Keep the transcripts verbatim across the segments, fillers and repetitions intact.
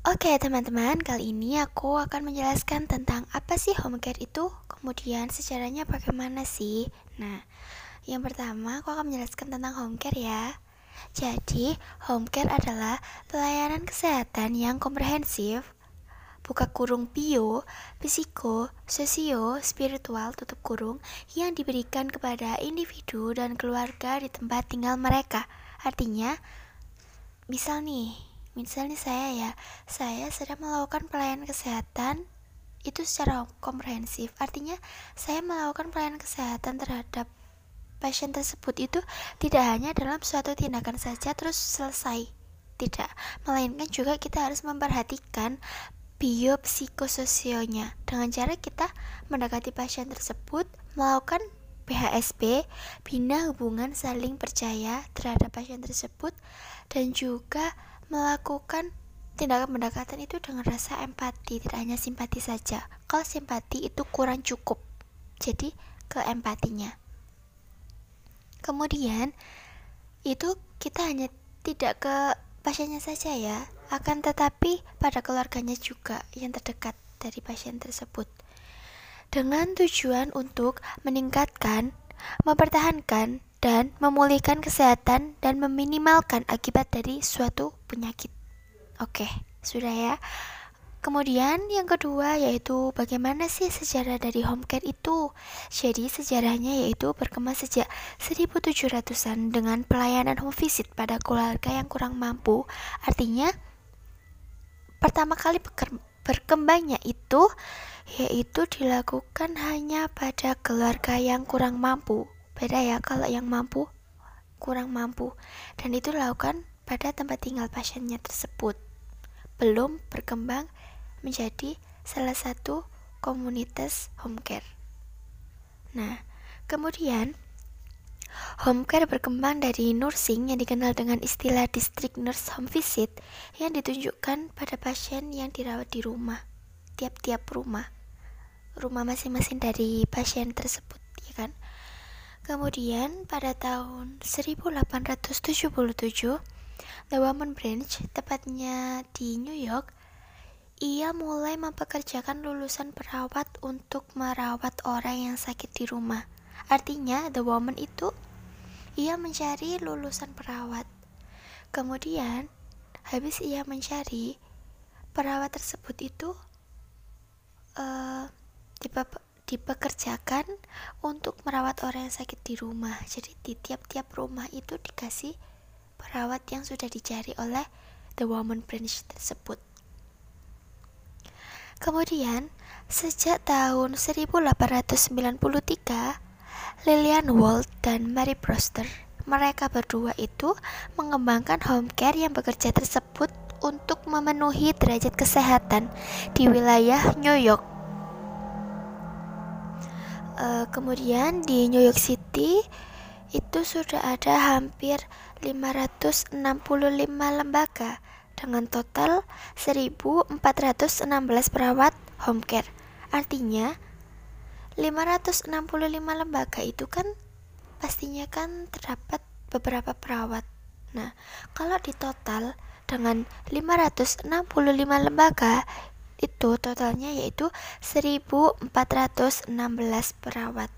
Oke teman-teman, kali ini aku akan menjelaskan tentang apa sih home care itu, kemudian sejarahnya bagaimana sih. Nah, yang pertama aku akan menjelaskan tentang home care ya. Jadi, home care adalah pelayanan kesehatan yang komprehensif, buka kurung bio, psiko, sosio, spiritual, tutup kurung, yang diberikan kepada individu dan keluarga di tempat tinggal mereka. Artinya, misal nih, misal nih saya ya, saya sedang melakukan pelayanan kesehatan itu secara komprehensif. Artinya saya melakukan pelayanan kesehatan terhadap pasien tersebut itu tidak hanya dalam suatu tindakan saja terus selesai. Tidak, melainkan juga kita harus memperhatikan biopsikososionya dengan cara kita mendekati pasien tersebut, melakukan B H S P, bina hubungan saling percaya terhadap pasien tersebut, dan juga melakukan tindakan pendekatan itu dengan rasa empati, tidak hanya simpati saja. Kalau simpati itu kurang cukup, jadi ke empatinya. Kemudian itu kita hanya tidak ke pasiennya saja ya, akan tetapi pada keluarganya juga yang terdekat dari pasien tersebut, dengan tujuan untuk meningkatkan, mempertahankan, dan memulihkan kesehatan dan meminimalkan akibat dari suatu penyakit. Oke, sudah ya. Kemudian yang kedua yaitu bagaimana sih sejarah dari home care itu. Jadi sejarahnya yaitu berkembang sejak seribu tujuh ratusan dengan pelayanan home visit pada keluarga yang kurang mampu. Artinya pertama kali berkembangnya itu yaitu dilakukan hanya pada keluarga yang kurang mampu. Beda ya, kalau yang mampu kurang mampu, dan itu dilakukan pada tempat tinggal pasiennya tersebut. Belum berkembang menjadi salah satu komunitas home care. Nah, kemudian home care berkembang dari nursing yang dikenal dengan istilah district nurse home visit yang ditunjukkan pada pasien yang dirawat di rumah, tiap-tiap rumah, rumah masing-masing dari pasien tersebut, ya kan? Kemudian pada tahun seribu delapan ratus tujuh puluh tujuh, The Woman Branch, tepatnya di New York, ia mulai mempekerjakan lulusan perawat untuk merawat orang yang sakit di rumah. Artinya, The Woman itu, ia mencari lulusan perawat. Kemudian, habis ia mencari, perawat tersebut itu uh, dipe- dipekerjakan untuk merawat orang yang sakit di rumah. Jadi, di tiap-tiap rumah itu dikasih perawat yang sudah dicari oleh The Woman Branch tersebut. Kemudian, sejak tahun seribu delapan ratus sembilan puluh tiga, Lillian Wald dan Mary Brewster, mereka berdua itu mengembangkan home care yang bekerja tersebut untuk memenuhi derajat kesehatan di wilayah New York. E, kemudian di New York City itu sudah ada hampir lima ratus enam puluh lima lembaga dengan total seribu empat ratus enam belas perawat home care. Artinya lima ratus enam puluh lima lembaga itu kan pastinya kan terdapat beberapa perawat. Nah, kalau di total dengan lima ratus enam puluh lima lembaga itu totalnya yaitu seribu empat ratus enam belas perawat.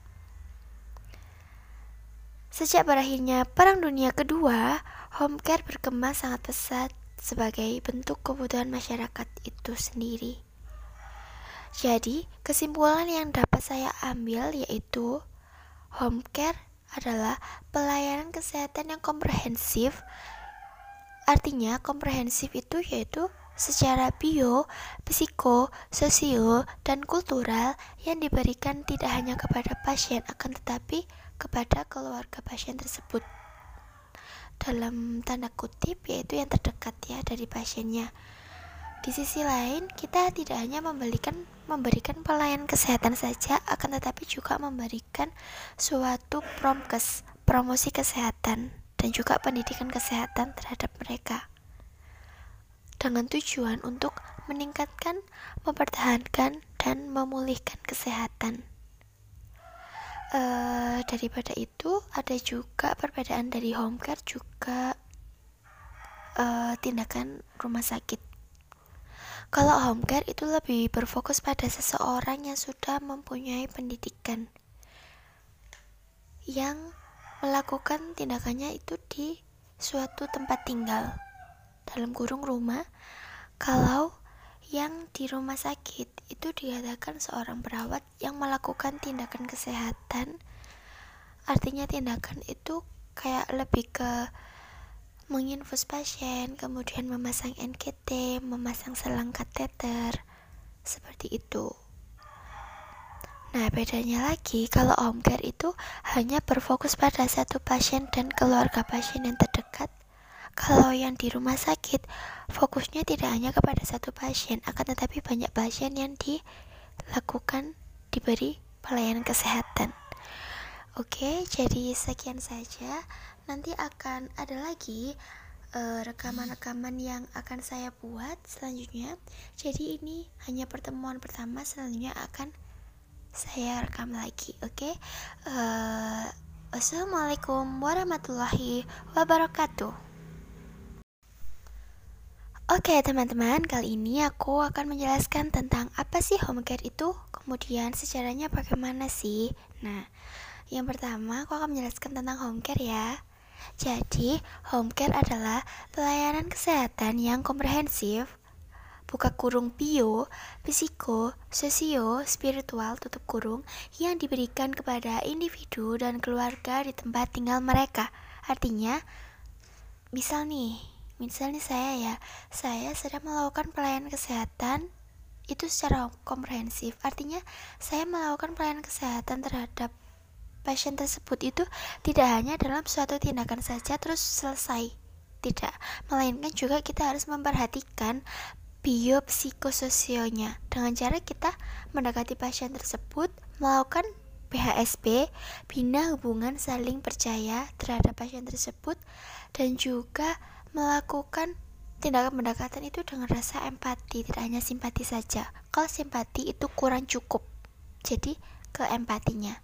Sejak berakhirnya Perang Dunia Kedua, home care berkembang sangat pesat sebagai bentuk kebutuhan masyarakat itu sendiri. Jadi, kesimpulan yang dapat saya ambil yaitu home care adalah pelayanan kesehatan yang komprehensif. Artinya, komprehensif itu yaitu secara bio, psiko, sosio, dan kultural yang diberikan tidak hanya kepada pasien akan tetapi kepada keluarga pasien tersebut. Dalam tanda kutip yaitu yang terdekat ya dari pasiennya. Di sisi lain, kita tidak hanya memberikan memberikan pelayanan kesehatan saja, akan tetapi juga memberikan suatu promkes, promosi kesehatan, dan juga pendidikan kesehatan terhadap mereka. Dengan tujuan untuk meningkatkan, mempertahankan, dan memulihkan kesehatan. Uh, daripada itu ada juga perbedaan dari home care juga uh, tindakan rumah sakit. Kalau home care itu lebih berfokus pada seseorang yang sudah mempunyai pendidikan, yang melakukan tindakannya itu di suatu tempat tinggal, dalam kurung rumah. Kalau yang di rumah sakit itu dikatakan seorang perawat yang melakukan tindakan kesehatan. Artinya tindakan itu kayak lebih ke menginfus pasien, kemudian memasang N K T, memasang selang kateter, seperti itu. Nah, bedanya lagi kalau home care itu hanya berfokus pada satu pasien dan keluarga pasien yang terdekat. Kalau yang di rumah sakit, fokusnya tidak hanya kepada satu pasien, akan tetapi banyak pasien yang dilakukan, diberi pelayanan kesehatan. Oke, jadi sekian saja. Nanti akan ada lagi uh, rekaman-rekaman yang akan saya buat selanjutnya. Jadi ini hanya pertemuan pertama, selanjutnya akan saya rekam lagi. Oke, uh, Wassalamualaikum warahmatullahi wabarakatuh. Oke teman-teman, kali ini aku akan menjelaskan tentang apa sih home care itu, kemudian sejarahnya bagaimana sih. Nah, yang pertama aku akan menjelaskan tentang home care ya. Jadi, home care adalah pelayanan kesehatan yang komprehensif, buka kurung bio, psiko, sosio, spiritual, tutup kurung, yang diberikan kepada individu dan keluarga di tempat tinggal mereka. Artinya, misal nih, Misalnya saya ya, saya sedang melakukan pelayanan kesehatan itu secara komprehensif. Artinya saya melakukan pelayanan kesehatan terhadap pasien tersebut itu tidak hanya dalam suatu tindakan saja terus selesai. Tidak, melainkan juga kita harus memperhatikan biopsikososionya dengan cara kita mendekati pasien tersebut, melakukan B H S P, bina hubungan saling percaya terhadap pasien tersebut, dan juga melakukan tindakan pendekatan itu dengan rasa empati, tidak hanya simpati saja. Kalau simpati itu kurang cukup, jadi ke empatinya.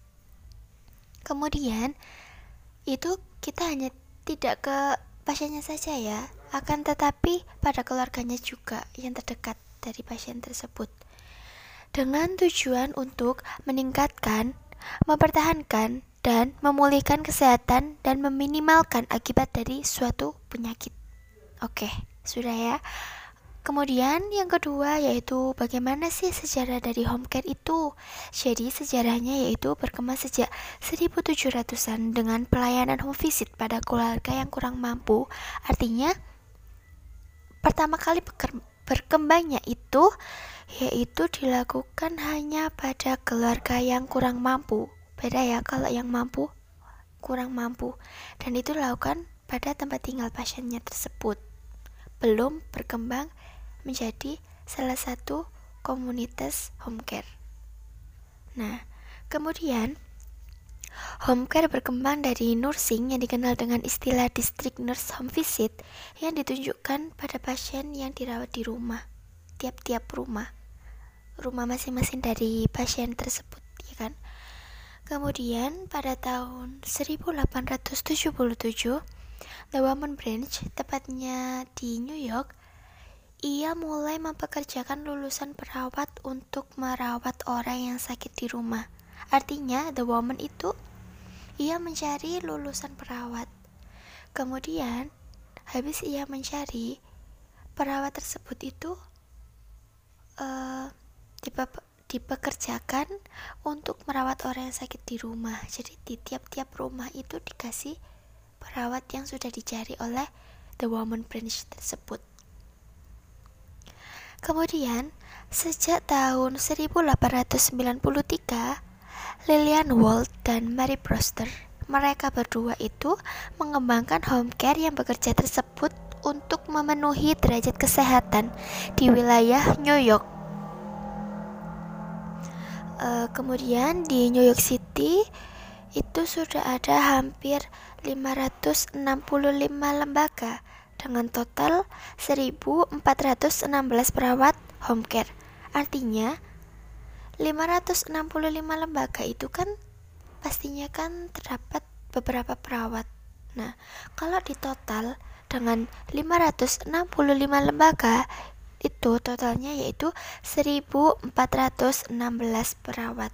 Kemudian itu kita hanya tidak ke pasiennya saja ya, akan tetapi pada keluarganya juga yang terdekat dari pasien tersebut, dengan tujuan untuk meningkatkan, mempertahankan, dan memulihkan kesehatan dan meminimalkan akibat dari suatu penyakit. Oke, sudah ya. Kemudian yang kedua yaitu bagaimana sih sejarah dari home care itu. Jadi sejarahnya yaitu berkembang sejak seribu tujuh ratusan dengan pelayanan home visit pada keluarga yang kurang mampu. Artinya pertama kali berkembangnya itu yaitu dilakukan hanya pada keluarga yang kurang mampu. Beda ya kalau yang mampu, kurang mampu. Dan itu dilakukan pada tempat tinggal pasiennya tersebut. Belum berkembang menjadi salah satu komunitas home care. Nah, kemudian home care berkembang dari nursing yang dikenal dengan istilah district nurse home visit yang ditunjukkan pada pasien yang dirawat di rumah. Tiap-tiap rumah. Rumah masing-masing dari pasien tersebut, ya kan? Kemudian pada tahun seribu delapan ratus tujuh puluh tujuh, The Woman Branch, tepatnya di New York, ia mulai mempekerjakan lulusan perawat untuk merawat orang yang sakit di rumah. Artinya The Woman itu, ia mencari lulusan perawat. Kemudian, habis ia mencari, perawat tersebut itu uh, dipe- dipekerjakan untuk merawat orang yang sakit di rumah. Jadi di tiap-tiap rumah itu dikasih perawat yang sudah dicari oleh The Woman Branch tersebut. Kemudian sejak tahun seribu delapan ratus sembilan puluh tiga, Lillian Wald dan Mary Brewster, mereka berdua itu mengembangkan home care yang bekerja tersebut untuk memenuhi derajat kesehatan di wilayah New York. Uh, kemudian di New York City itu sudah ada hampir lima ratus enam puluh lima lembaga dengan total seribu empat ratus enam belas perawat home care. Artinya lima ratus enam puluh lima lembaga itu kan pastinya kan terdapat beberapa perawat. Nah, kalau di total dengan lima ratus enam puluh lima lembaga itu totalnya yaitu seribu empat ratus enam belas perawat.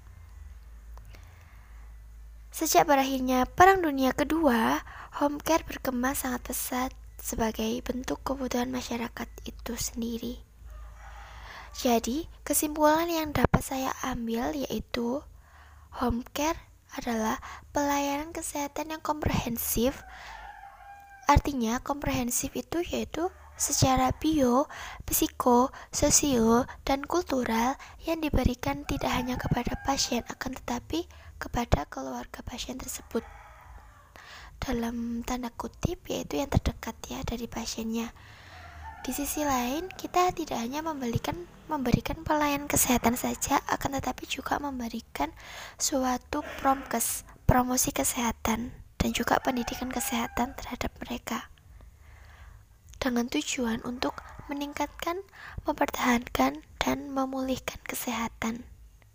Sejak berakhirnya Perang Dunia Kedua, home care berkembang sangat pesat sebagai bentuk kebutuhan masyarakat itu sendiri. Jadi, kesimpulan yang dapat saya ambil yaitu home care adalah pelayanan kesehatan yang komprehensif. Artinya, komprehensif itu yaitu secara bio, psiko, sosio, dan kultural yang diberikan tidak hanya kepada pasien akan tetapi kepada keluarga pasien tersebut, dalam tanda kutip yaitu yang terdekat ya dari pasiennya. Di sisi lain, kita tidak hanya memberikan memberikan pelayanan kesehatan saja, akan tetapi juga memberikan suatu promkes, promosi kesehatan, dan juga pendidikan kesehatan terhadap mereka, dengan tujuan untuk meningkatkan, mempertahankan, dan memulihkan kesehatan.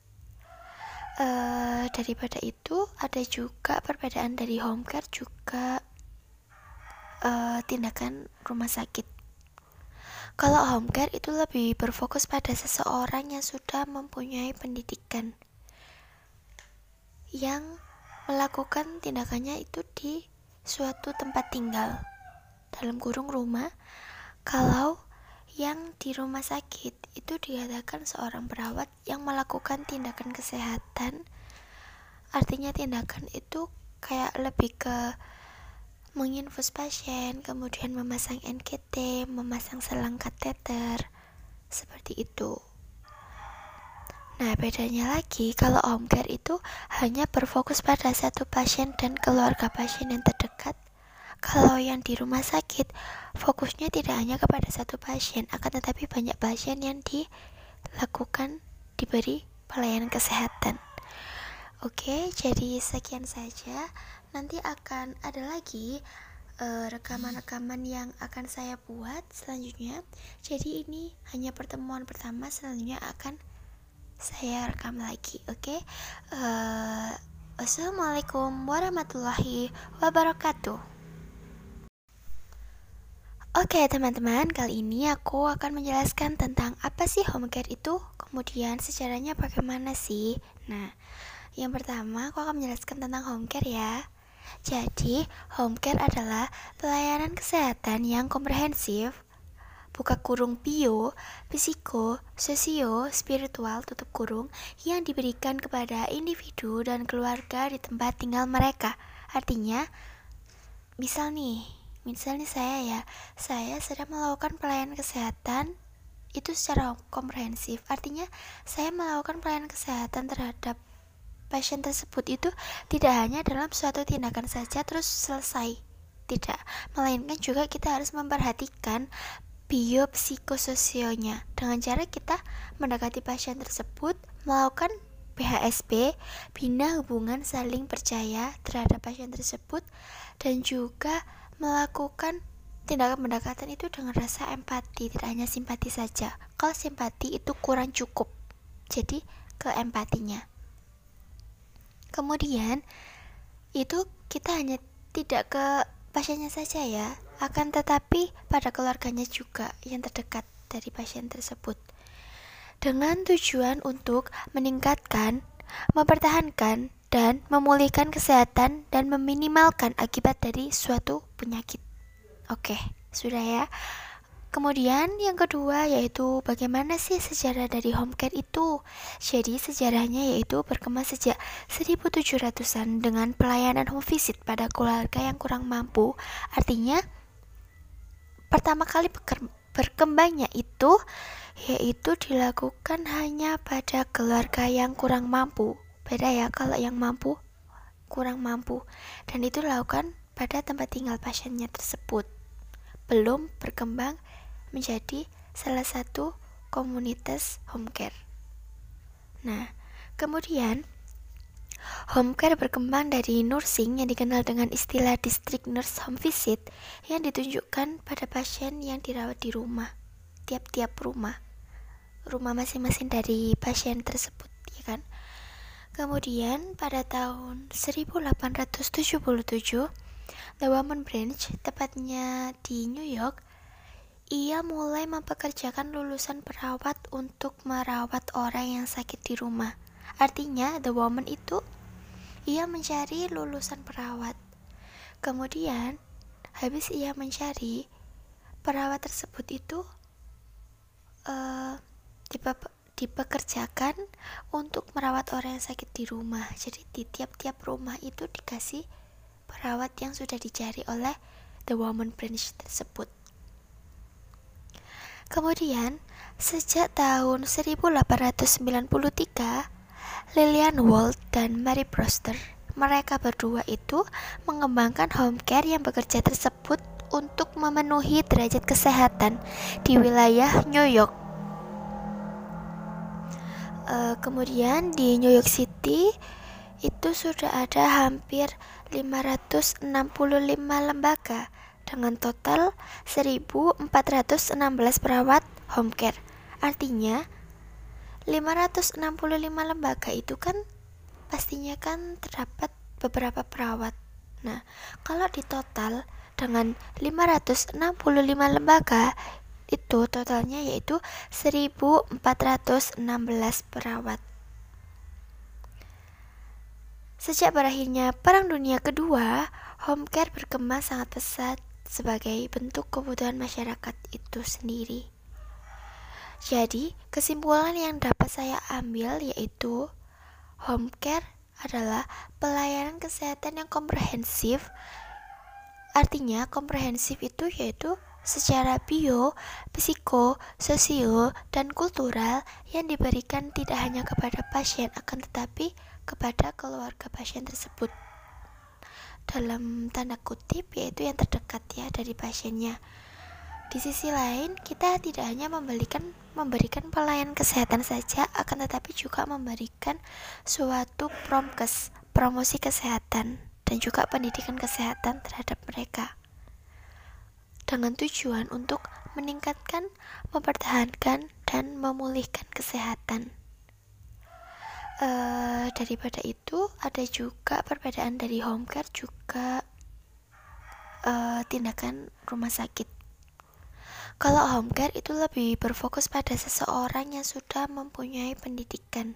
Uh, daripada itu, ada juga perbedaan dari home care juga uh, tindakan rumah sakit. Kalau home care itu lebih berfokus pada seseorang yang sudah mempunyai pendidikan, yang melakukan tindakannya itu di suatu tempat tinggal, dalam kurung rumah. Kalau yang di rumah sakit itu dikatakan seorang perawat yang melakukan tindakan kesehatan. Artinya tindakan itu kayak lebih ke menginfus pasien, kemudian memasang N K T, memasang selang kateter, seperti itu. Nah, bedanya lagi kalau home care itu hanya berfokus pada satu pasien dan keluarga pasien yang terdekat. Kalau yang di rumah sakit, fokusnya tidak hanya kepada satu pasien, akan tetapi banyak pasien yang dilakukan, diberi pelayanan kesehatan. Oke, jadi sekian saja. Nanti akan ada lagi uh, rekaman-rekaman yang akan saya buat selanjutnya. Jadi ini hanya pertemuan pertama, selanjutnya akan saya rekam lagi. Oke, uh, Wassalamualaikum warahmatullahi wabarakatuh. Oke teman-teman, kali ini aku akan menjelaskan tentang apa sih home care itu, kemudian sejarahnya bagaimana sih. Nah, yang pertama aku akan menjelaskan tentang home care ya. Jadi, home care adalah pelayanan kesehatan yang komprehensif, buka kurung bio, psiko, sosio, spiritual, tutup kurung, yang diberikan kepada individu dan keluarga di tempat tinggal mereka. Artinya, misal nih, Misalnya saya ya, saya sedang melakukan pelayanan kesehatan itu secara komprehensif. Artinya saya melakukan pelayanan kesehatan terhadap pasien tersebut itu tidak hanya dalam suatu tindakan saja terus selesai. Tidak, melainkan juga kita harus memperhatikan biopsikososionya dengan cara kita mendekati pasien tersebut, melakukan B H S P, bina hubungan saling percaya terhadap pasien tersebut, dan juga melakukan tindakan pendekatan itu dengan rasa empati, tidak hanya simpati saja. Kalau simpati itu kurang cukup, jadi ke empatinya. Kemudian itu kita hanya tidak ke pasiennya saja ya, akan tetapi pada keluarganya juga yang terdekat dari pasien tersebut, dengan tujuan untuk meningkatkan, mempertahankan, dan memulihkan kesehatan dan meminimalkan akibat dari suatu penyakit. Oke, sudah ya. Kemudian yang kedua yaitu bagaimana sih sejarah dari home care itu. Jadi sejarahnya yaitu berkembang sejak seribu tujuh ratusan dengan pelayanan home visit pada keluarga yang kurang mampu. Artinya pertama kali berkembangnya itu yaitu dilakukan hanya pada keluarga yang kurang mampu. Beda ya kalau yang mampu, kurang mampu. Dan itu dilakukan pada tempat tinggal pasiennya tersebut. Belum berkembang menjadi salah satu komunitas home care. Nah, kemudian home care berkembang dari nursing yang dikenal dengan istilah district nurse home visit yang ditunjukkan pada pasien yang dirawat di rumah, tiap-tiap rumah, rumah masing-masing dari pasien tersebut, ya kan? Kemudian pada tahun seribu delapan ratus tujuh puluh tujuh, The Woman Branch, tepatnya di New York, ia mulai mempekerjakan lulusan perawat untuk merawat orang yang sakit di rumah. Artinya, the woman itu, ia mencari lulusan perawat. Kemudian, habis ia mencari, perawat tersebut itu uh, dipe- dipekerjakan untuk merawat orang yang sakit di rumah. Jadi di tiap-tiap rumah itu dikasih perawat yang sudah dicari oleh the woman branch tersebut. Kemudian, sejak tahun seribu delapan ratus sembilan puluh tiga, Lillian Wald dan Mary Brewster, mereka berdua itu mengembangkan home care yang bekerja tersebut untuk memenuhi derajat kesehatan di wilayah New York. Uh, kemudian di New York City itu sudah ada hampir lima ratus enam puluh lima lembaga dengan total seribu empat ratus enam belas perawat home care. Artinya lima ratus enam puluh lima lembaga itu kan pastinya kan terdapat beberapa perawat. Nah, kalau di total dengan lima ratus enam puluh lima lembaga itu totalnya yaitu seribu empat ratus enam belas perawat. Sejak berakhirnya Perang Dunia Kedua, home care berkembang sangat pesat sebagai bentuk kebutuhan masyarakat itu sendiri. Jadi, kesimpulan yang dapat saya ambil yaitu home care adalah pelayanan kesehatan yang komprehensif. Artinya, komprehensif itu yaitu secara bio, psiko, sosio, dan kultural yang diberikan tidak hanya kepada pasien akan tetapi kepada keluarga pasien tersebut. Dalam tanda kutip yaitu yang terdekat ya dari pasiennya. Di sisi lain, kita tidak hanya memberikan memberikan pelayanan kesehatan saja, akan tetapi juga memberikan suatu promkes, promosi kesehatan, dan juga pendidikan kesehatan terhadap mereka. Dengan tujuan untuk meningkatkan, mempertahankan, dan memulihkan kesehatan. E, daripada itu, ada juga perbedaan dari home care juga e, tindakan rumah sakit. Kalau home care itu lebih berfokus pada seseorang yang sudah mempunyai pendidikan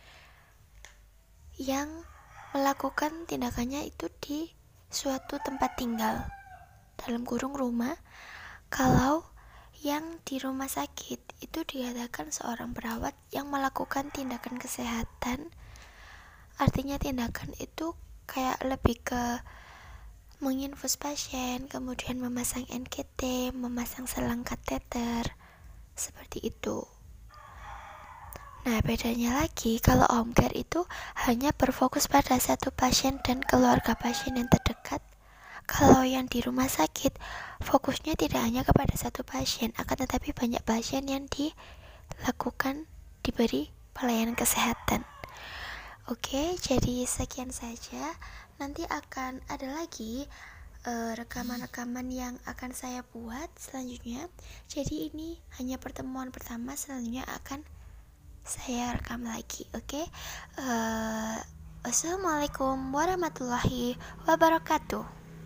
yang melakukan tindakannya itu di suatu tempat tinggal dalam kurung rumah. Kalau yang di rumah sakit itu dikatakan seorang perawat yang melakukan tindakan kesehatan. Artinya tindakan itu kayak lebih ke menginfus pasien, kemudian memasang N K T, memasang selang kateter, seperti itu. Nah, bedanya lagi kalau home care itu hanya berfokus pada satu pasien dan keluarga pasien yang terdekat. Kalau yang di rumah sakit, fokusnya tidak hanya kepada satu pasien, akan tetapi banyak pasien yang dilakukan, diberi pelayanan kesehatan. Oke, jadi sekian saja. Nanti akan ada lagi uh, rekaman-rekaman yang akan saya buat selanjutnya. Jadi ini hanya pertemuan pertama, selanjutnya akan saya rekam lagi. Oke, uh, Assalamualaikum warahmatullahi wabarakatuh.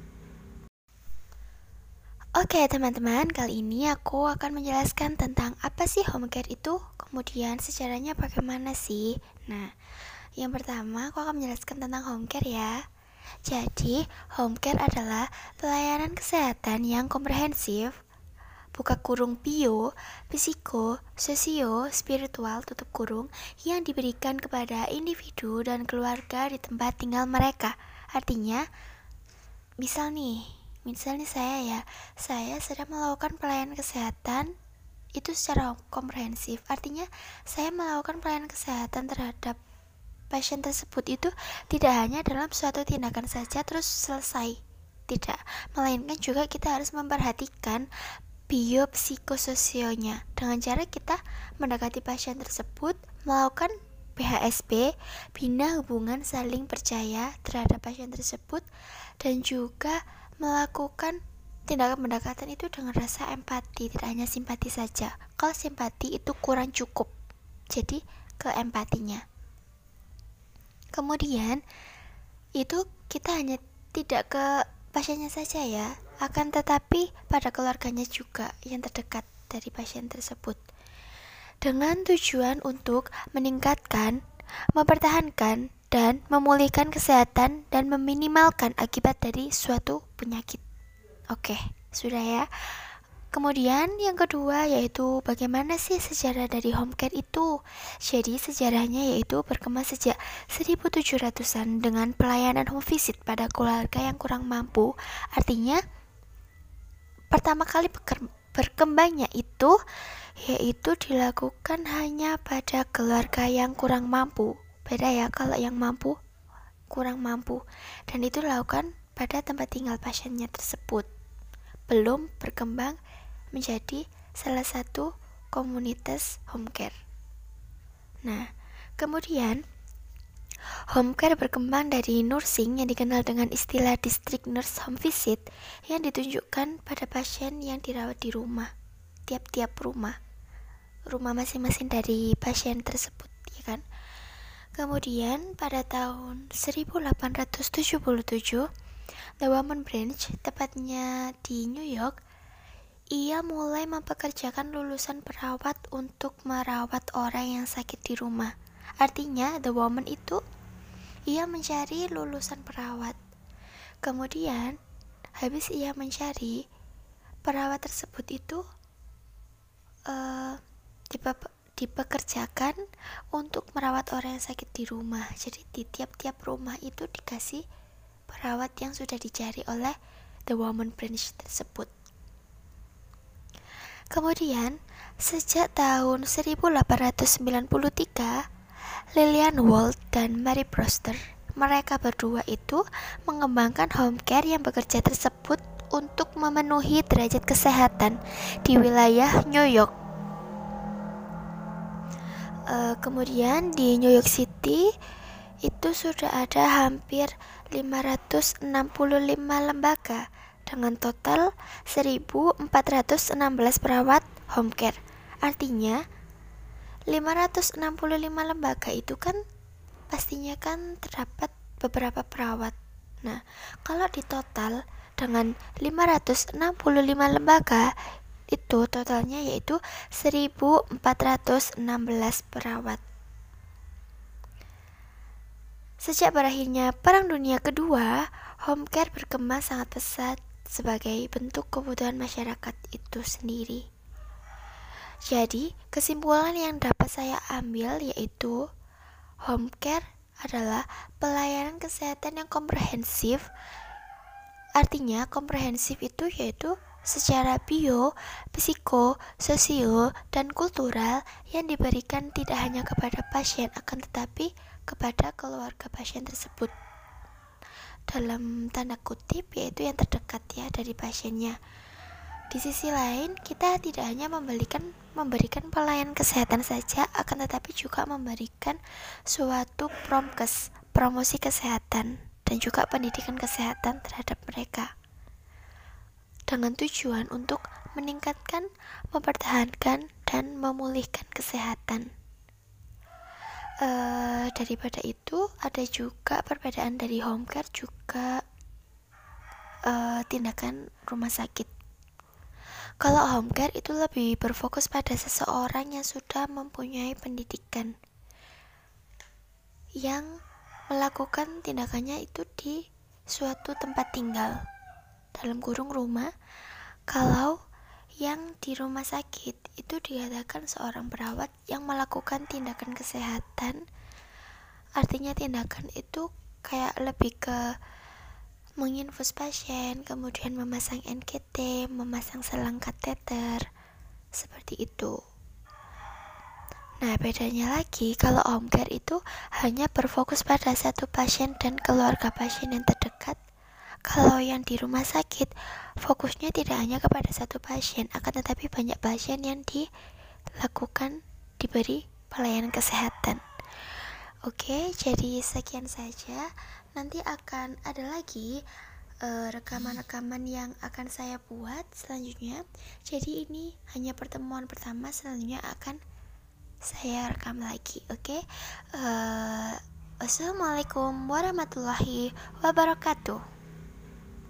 Oke teman-teman, kali ini aku akan menjelaskan tentang apa sih home care itu, kemudian sejarahnya bagaimana sih. Nah, yang pertama aku akan menjelaskan tentang home care ya. Jadi, home care adalah pelayanan kesehatan yang komprehensif, buka kurung bio, psiko, sosio, spiritual, tutup kurung, yang diberikan kepada individu dan keluarga di tempat tinggal mereka. Artinya, misal nih, misal nih saya ya, saya sedang melakukan pelayanan kesehatan itu secara komprehensif. Artinya, saya melakukan pelayanan kesehatan terhadap pasien tersebut itu tidak hanya dalam suatu tindakan saja terus selesai, tidak, melainkan juga kita harus memperhatikan biopsikososionya dengan cara kita mendekati pasien tersebut, melakukan B H S P, bina hubungan saling percaya terhadap pasien tersebut, dan juga melakukan tindakan pendekatan itu dengan rasa empati, tidak hanya simpati saja. Kalau simpati itu kurang cukup, jadi ke empatinya. Kemudian itu kita hanya tidak ke pasiennya saja ya, akan tetapi pada keluarganya juga yang terdekat dari pasien tersebut, dengan tujuan untuk meningkatkan, mempertahankan, dan memulihkan kesehatan dan meminimalkan akibat dari suatu penyakit. Oke, sudah ya. Kemudian yang kedua yaitu bagaimana sih sejarah dari home care itu. Jadi sejarahnya yaitu berkembang sejak seribu tujuh ratusan dengan pelayanan home visit pada keluarga yang kurang mampu. Artinya pertama kali berkembangnya itu yaitu dilakukan hanya pada keluarga yang kurang mampu. Beda ya kalau yang mampu kurang mampu, dan itu dilakukan pada tempat tinggal pasiennya tersebut. Belum berkembang menjadi salah satu komunitas home care. Nah, kemudian home care berkembang dari nursing yang dikenal dengan istilah district nurse home visit yang ditunjukkan pada pasien yang dirawat di rumah, tiap-tiap rumah, rumah masing-masing dari pasien tersebut, ya kan? Kemudian pada tahun seribu delapan ratus tujuh puluh tujuh, The Woman Branch, tepatnya di New York, ia mulai mempekerjakan lulusan perawat untuk merawat orang yang sakit di rumah. Artinya, The Woman itu, ia mencari lulusan perawat. Kemudian, habis ia mencari, perawat tersebut itu uh, dipe- dipekerjakan untuk merawat orang yang sakit di rumah. Jadi, di tiap-tiap rumah itu dikasih perawat yang sudah dicari oleh The Woman Branch tersebut. Kemudian, sejak tahun seribu delapan ratus sembilan puluh tiga, Lillian Wald dan Mary Brewster, mereka berdua itu mengembangkan home care yang bekerja tersebut untuk memenuhi derajat kesehatan di wilayah New York. Uh, kemudian di New York City itu sudah ada hampir lima ratus enam puluh lima lembaga dengan total seribu empat ratus enam belas perawat home care. Artinya lima ratus enam puluh lima lembaga itu kan pastinya kan terdapat beberapa perawat. Nah, kalau di total dengan lima ratus enam puluh lima lembaga itu totalnya yaitu seribu empat ratus enam belas perawat. Sejak berakhirnya Perang Dunia Kedua, home care berkembang sangat pesat sebagai bentuk kebutuhan masyarakat itu sendiri. Jadi, kesimpulan yang dapat saya ambil yaitu home care adalah pelayanan kesehatan yang komprehensif. Artinya, komprehensif itu yaitu secara bio, psiko, sosio, dan kultural yang diberikan tidak hanya kepada pasien akan tetapi kepada keluarga pasien tersebut. Dalam tanda kutip yaitu yang terdekat ya dari pasiennya. Di sisi lain, kita tidak hanya memberikan memberikan pelayanan kesehatan saja, akan tetapi juga memberikan suatu promkes, promosi kesehatan, dan juga pendidikan kesehatan terhadap mereka. Dengan tujuan untuk meningkatkan, mempertahankan, dan memulihkan kesehatan. Uh, daripada itu, ada juga perbedaan dari home care juga uh, tindakan rumah sakit. Kalau home care itu lebih berfokus pada seseorang yang sudah mempunyai pendidikan, yang melakukan tindakannya itu di suatu tempat tinggal, dalam kurung rumah. Kalau yang di rumah sakit itu dikatakan seorang perawat yang melakukan tindakan kesehatan. Artinya tindakan itu kayak lebih ke menginfus pasien, kemudian memasang N K T, memasang selang kateter, seperti itu. Nah, bedanya lagi kalau home care itu hanya berfokus pada satu pasien dan keluarga pasien yang terdekat. Kalau yang di rumah sakit, fokusnya tidak hanya kepada satu pasien, akan tetapi banyak pasien yang dilakukan, diberi pelayanan kesehatan. Oke, jadi sekian saja. Nanti akan ada lagi uh, rekaman-rekaman yang akan saya buat selanjutnya. Jadi ini hanya pertemuan pertama, selanjutnya akan saya rekam lagi. Oke, uh, wassalamualaikum warahmatullahi wabarakatuh.